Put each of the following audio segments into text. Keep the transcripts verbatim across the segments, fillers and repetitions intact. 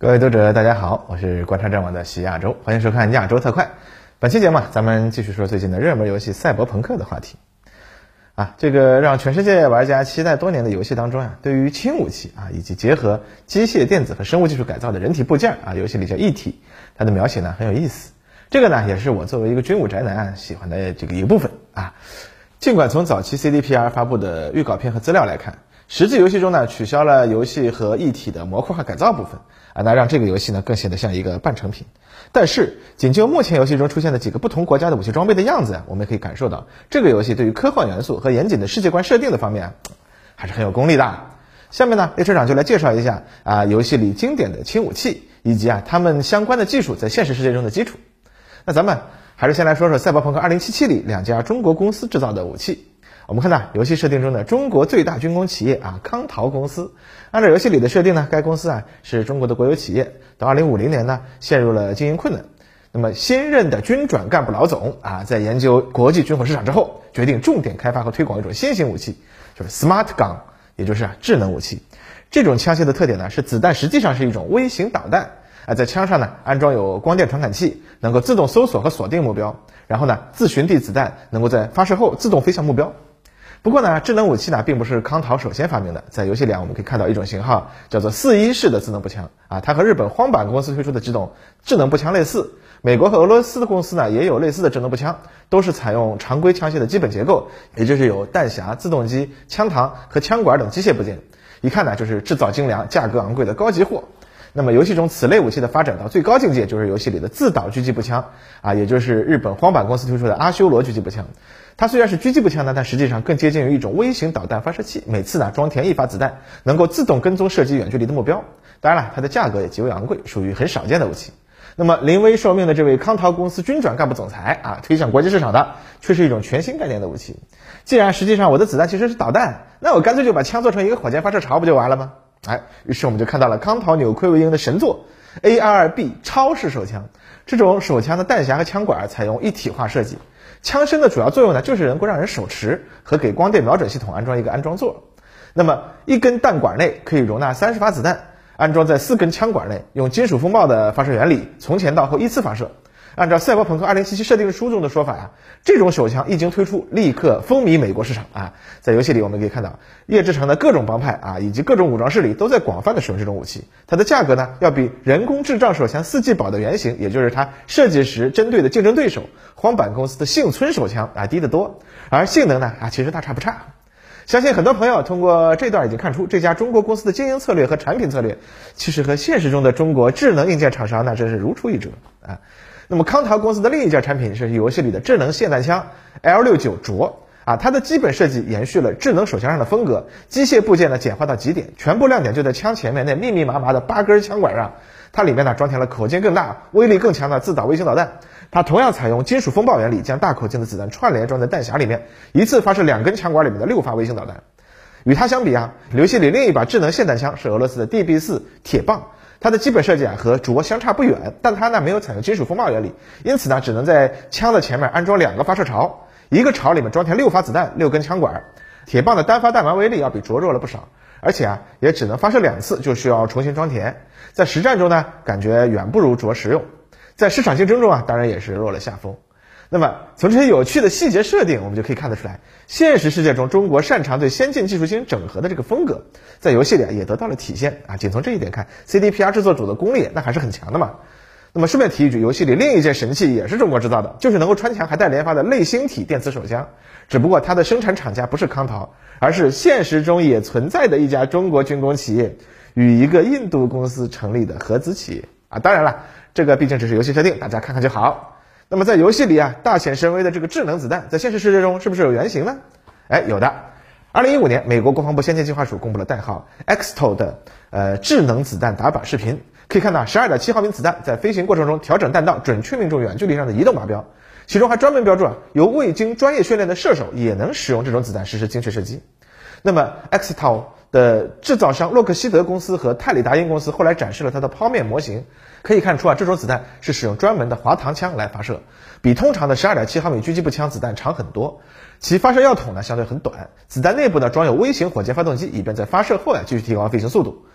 各位读者大家好，我是观察站网的徐亚洲，欢迎收看亚洲特快。本期节目咱们继续说最近的热门游戏赛博朋克的话题啊，这个让全世界玩家期待多年的游戏当中啊，对于轻武器啊以及结合机械电子和生物技术改造的人体部件啊，游戏里叫一体，它的描写呢很有意思。这个呢也是我作为一个军武宅男喜欢的这个一部分啊。尽管从早期 C D P R 发布的预告片和资料来看，实际游戏中呢取消了游戏和一体的模块化改造部分啊，那让这个游戏呢更显得像一个半成品。但是仅就目前游戏中出现的几个不同国家的武器装备的样子啊，我们可以感受到这个游戏对于科幻元素和严谨的世界观设定的方面啊，还是很有功力的。下面呢列车长就来介绍一下啊游戏里经典的轻武器以及啊它们相关的技术在现实世界中的基础。那咱们还是先来说说赛博朋克二零七七里两家中国公司制造的武器。我们看到游戏设定中的中国最大军工企业啊康陶公司，按照游戏里的设定呢，该公司啊是中国的国有企业，到二零五零年呢陷入了经营困难。那么新任的军转干部老总啊，在研究国际军火市场之后，决定重点开发和推广一种新型武器，就是 Smart Gun， 也就是啊智能武器。这种枪械的特点呢是子弹实际上是一种微型导弹啊，在枪上呢安装有光电传感器，能够自动搜索和锁定目标，然后呢自寻地子弹能够在发射后自动飞向目标。不过呢，智能武器呢并不是康陶首先发明的，在游戏里啊我们可以看到一种型号叫做四一式的自动步枪啊，它和日本荒坂公司推出的这种智能步枪类似，美国和俄罗斯的公司呢也有类似的智能步枪，都是采用常规枪械的基本结构，也就是有弹匣、自动机、枪膛和枪管等机械部件，一看呢就是制造精良、价格昂贵的高级货。那么游戏中此类武器的发展到最高境界，就是游戏里的自导狙击步枪啊，也就是日本荒坂公司推出的阿修罗狙击步枪。它虽然是狙击步枪呢，但实际上更接近于一种微型导弹发射器，每次呢装填一发子弹，能够自动跟踪射击远距离的目标。当然了，它的价格也极为昂贵，属于很少见的武器。那么临危受命的这位康陶公司军转干部总裁啊，推向国际市场的却是一种全新概念的武器。既然实际上我的子弹其实是导弹，那我干脆就把枪做成一个火箭发射槽不就完了吗？哎，于是我们就看到了康陶扭亏为盈的神作 A R R B 超式手枪。这种手枪的弹匣和枪管采用一体化设计，枪身的主要作用呢就是能够让人手持和给光电瞄准系统安装一个安装座。那么一根弹管内可以容纳三十发子弹，安装在四根枪管内，用金属风暴的发射原理从前到后依次发射。按照赛博朋克二零七七设定书中的说法啊，这种手枪一经推出立刻风靡美国市场啊。在游戏里我们可以看到叶之城的各种帮派啊以及各种武装势力都在广泛的使用这种武器，它的价格呢要比人工智障手枪四季宝的原型，也就是它设计时针对的竞争对手荒坂公司的幸村手枪啊低得多，而性能呢啊其实大差不差。相信很多朋友通过这段已经看出，这家中国公司的经营策略和产品策略其实和现实中的中国智能硬件厂商那真是如出一辙啊。那么康陶公司的另一件产品是游戏里的智能霰弹枪 L 六十九 卓啊，它的基本设计延续了智能手枪上的风格，机械部件呢简化到极点，全部亮点就在枪前面那密密麻麻的八根枪管上。它里面呢装填了口径更大、威力更强的自导微型导弹，它同样采用金属风暴原理，将大口径的子弹串联装在弹匣里面，一次发射两根枪管里面的六发微型导弹。与它相比啊，游戏里另一把智能霰弹枪是俄罗斯的 D B 四 铁棒，它的基本设计啊和卓相差不远，但它呢没有采用金属风暴原理，因此呢只能在枪的前面安装两个发射槽，一个槽里面装填六发子弹、六根枪管。铁棒的单发弹丸威力要比卓弱了不少，而且啊也只能发射两次就需要重新装填，在实战中呢感觉远不如卓实用，在市场竞争中啊当然也是落了下风。那么从这些有趣的细节设定，我们就可以看得出来，现实世界中中国擅长对先进技术进行整合的这个风格，在游戏里也得到了体现啊。仅从这一点看 ，C D P R 制作组的功力那还是很强的嘛。那么顺便提一句，游戏里另一件神器也是中国制造的，就是能够穿墙还带连发的类星体电磁手枪，只不过它的生产厂家不是康陶，而是现实中也存在的一家中国军工企业与一个印度公司成立的合资企业啊。当然了，这个毕竟只是游戏设定，大家看看就好。那么在游戏里啊，大显神威的这个智能子弹，在现实世界中是不是有原型呢？哎，有的。二零一五年，美国国防部先进计划署公布了代号 X T O 的呃智能子弹打靶视频，可以看到 十二点七毫米子弹在飞行过程中调整弹道，准确命中远距离上的移动靶标，其中还专门标注啊，由未经专业训练的射手也能使用这种子弹实施精确射击。那么 X T O 的制造商洛克希德公司和泰里达因公司后来展示了它的剖面模型，可以看出啊，这种子弹是使用专门的滑膛枪来发射，比通常的 十二点七毫米狙击步枪子弹长很多，其发射药筒呢相对很短，子弹内部呢装有微型火箭发动机，以便在发射后啊继续提高飞行速度。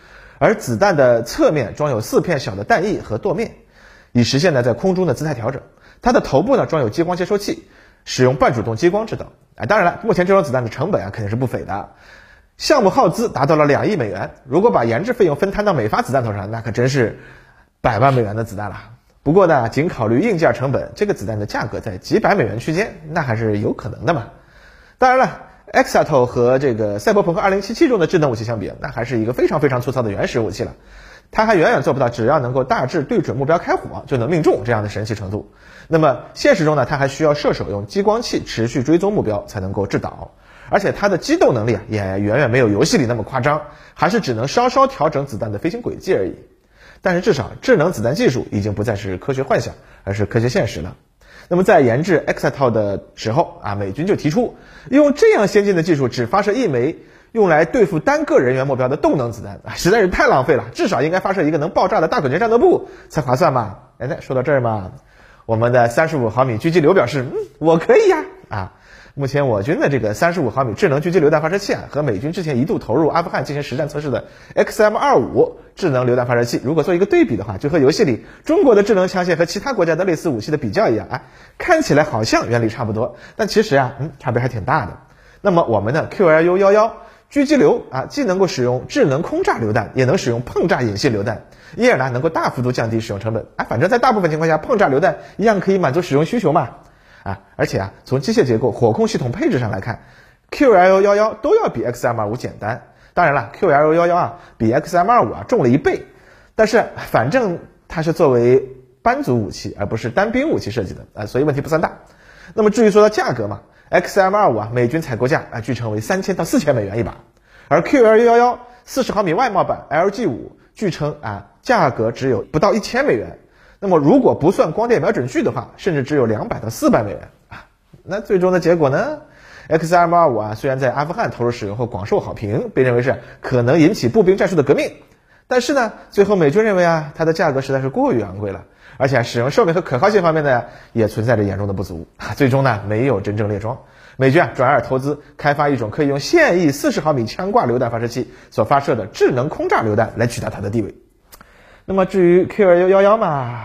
而子弹的侧面装有四片小的弹翼和舵面，以实现呢在空中的姿态调整。它的头部呢装有激光接收器，使用半主动激光制导。啊，当然了，目前这种子弹的成本啊肯定是不菲的，项目耗资达到了两亿美元。如果把研制费用分摊到每发子弹头上，那可真是百万美元的子弹了。不过呢，仅考虑硬件成本，这个子弹的价格在几百美元区间，那还是有可能的嘛。当然了 ，Exato 和这个赛博朋克二零七七中的智能武器相比，那还是一个非常非常粗糙的原始武器了。它还远远做不到只要能够大致对准目标开火就能命中这样的神奇程度。那么现实中呢，它还需要射手用激光器持续追踪目标才能够制导，而且它的机动能力啊也远远没有游戏里那么夸张，还是只能稍稍调整子弹的飞行轨迹而已。但是至少智能子弹技术已经不再是科学幻想，而是科学现实了。那么在研制 Exato 的时候啊，美军就提出用这样先进的技术只发射一枚用来对付单个人员目标的动能子弹啊，实在是太浪费了，至少应该发射一个能爆炸的大滚圈战斗部才划算嘛。哎，那说到这儿嘛，我们的三十五毫米狙击流表示，嗯，我可以呀啊。目前我军的这个三十五毫米智能狙击榴弹发射器啊，和美军之前一度投入阿富汗进行实战测试的 X M 二十五 智能榴弹发射器，如果做一个对比的话，就和游戏里中国的智能枪械和其他国家的类似武器的比较一样啊，看起来好像原理差不多，但其实啊，嗯，差别还挺大的。那么我们的 Q L U 一一狙击流啊，既能够使用智能空炸榴弹，也能使用碰炸引信榴弹，因而呢能够大幅度降低使用成本啊。反正在大部分情况下，碰炸榴弹一样可以满足使用需求嘛。啊，而且啊，从机械结构、火控系统配置上来看 ，Q L U 一一都要比 X M 二十五简单。当然了 ，Q L U 一一啊比 X M 二十五啊重了一倍，但是反正它是作为班族武器而不是单兵武器设计的啊，所以问题不算大。那么至于说到价格嘛 ，X M 二十五啊美军采购价啊据称为三千到四千美元一把，而 Q L U 一一四十毫米外贸版 L G 五据称啊价格只有不到一千美元。那么如果不算光电瞄准具的话，甚至只有两百到四百美元啊。那最终的结果呢 ？X M 二十五啊，虽然在阿富汗投入使用后广受好评，被认为是可能引起步兵战术的革命，但是呢，最后美军认为啊，它的价格实在是过于昂贵了，而且使用寿命和可靠性方面呢，也存在着严重的不足啊。最终呢，没有真正列装。美军啊，转而投资开发一种可以用现役四十毫米枪挂榴弹发射器所发射的智能空炸榴弹来取代它的地位。那么至于 Q L U 一一嘛，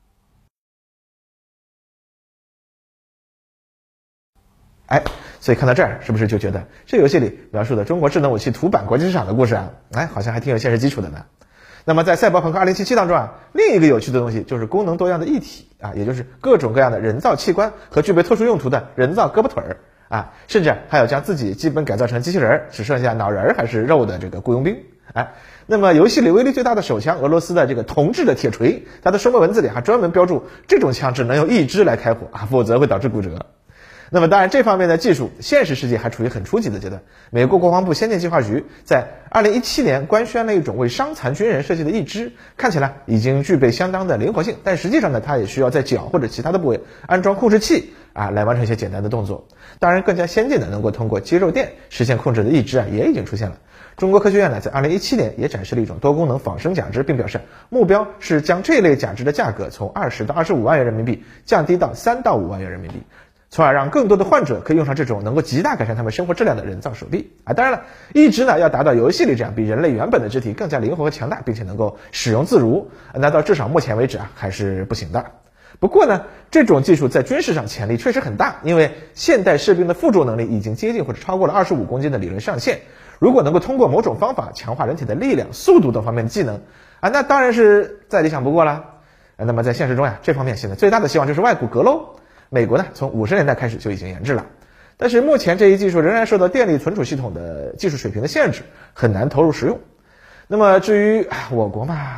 哎，所以看到这儿，是不是就觉得这游戏里描述的中国智能武器图版国际市场的故事啊，哎，好像还挺有现实基础的呢？那么在赛博朋克二零七七当中啊，另一个有趣的东西就是功能多样的异体啊，也就是各种各样的人造器官和具备特殊用途的人造胳膊腿儿啊，甚至还有将自己基本改造成机器人，只剩下脑仁还是肉的这个雇佣兵。哎，那么游戏里威力最大的手枪俄罗斯的这个铜制的铁锤，它的说明文字里还专门标注这种枪只能用一支来开火啊，否则会导致骨折。那么当然这方面的技术现实世界还处于很初级的阶段，美国国防部先进计划局在二零一七年官宣了一种为伤残军人设计的义肢，看起来已经具备相当的灵活性，但实际上呢，它也需要在脚或者其他的部位安装控制器啊，来完成一些简单的动作。当然更加先进的能够通过肌肉电实现控制的义肢啊，也已经出现了。中国科学院呢，在二零一七年也展示了一种多功能仿生假肢，并表示目标是将这类假肢的价格从二十到二十五万元人民币降低到三到五万元人民币，从而让更多的患者可以用上这种能够极大改善他们生活质量的人造手臂啊。当然了，义肢呢要达到游戏里这样比人类原本的肢体更加灵活和强大，并且能够使用自如，那到至少目前为止啊还是不行的。不过呢，这种技术在军事上潜力确实很大，因为现代士兵的负重能力已经接近或者超过了二十五公斤的理论上限。如果能够通过某种方法强化人体的力量、速度等方面的技能啊，那当然是再理想不过了。那么在现实中呀，这方面现在最大的希望就是外骨骼喽。美国呢，从五十年代开始就已经研制了，但是目前这一技术仍然受到电力存储系统的技术水平的限制，很难投入使用。那么至于我国嘛，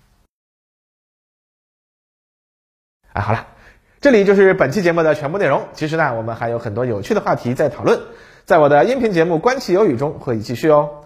啊，好了，这里就是本期节目的全部内容。其实呢，我们还有很多有趣的话题在讨论，在我的音频节目《观其有语》中会继续哦。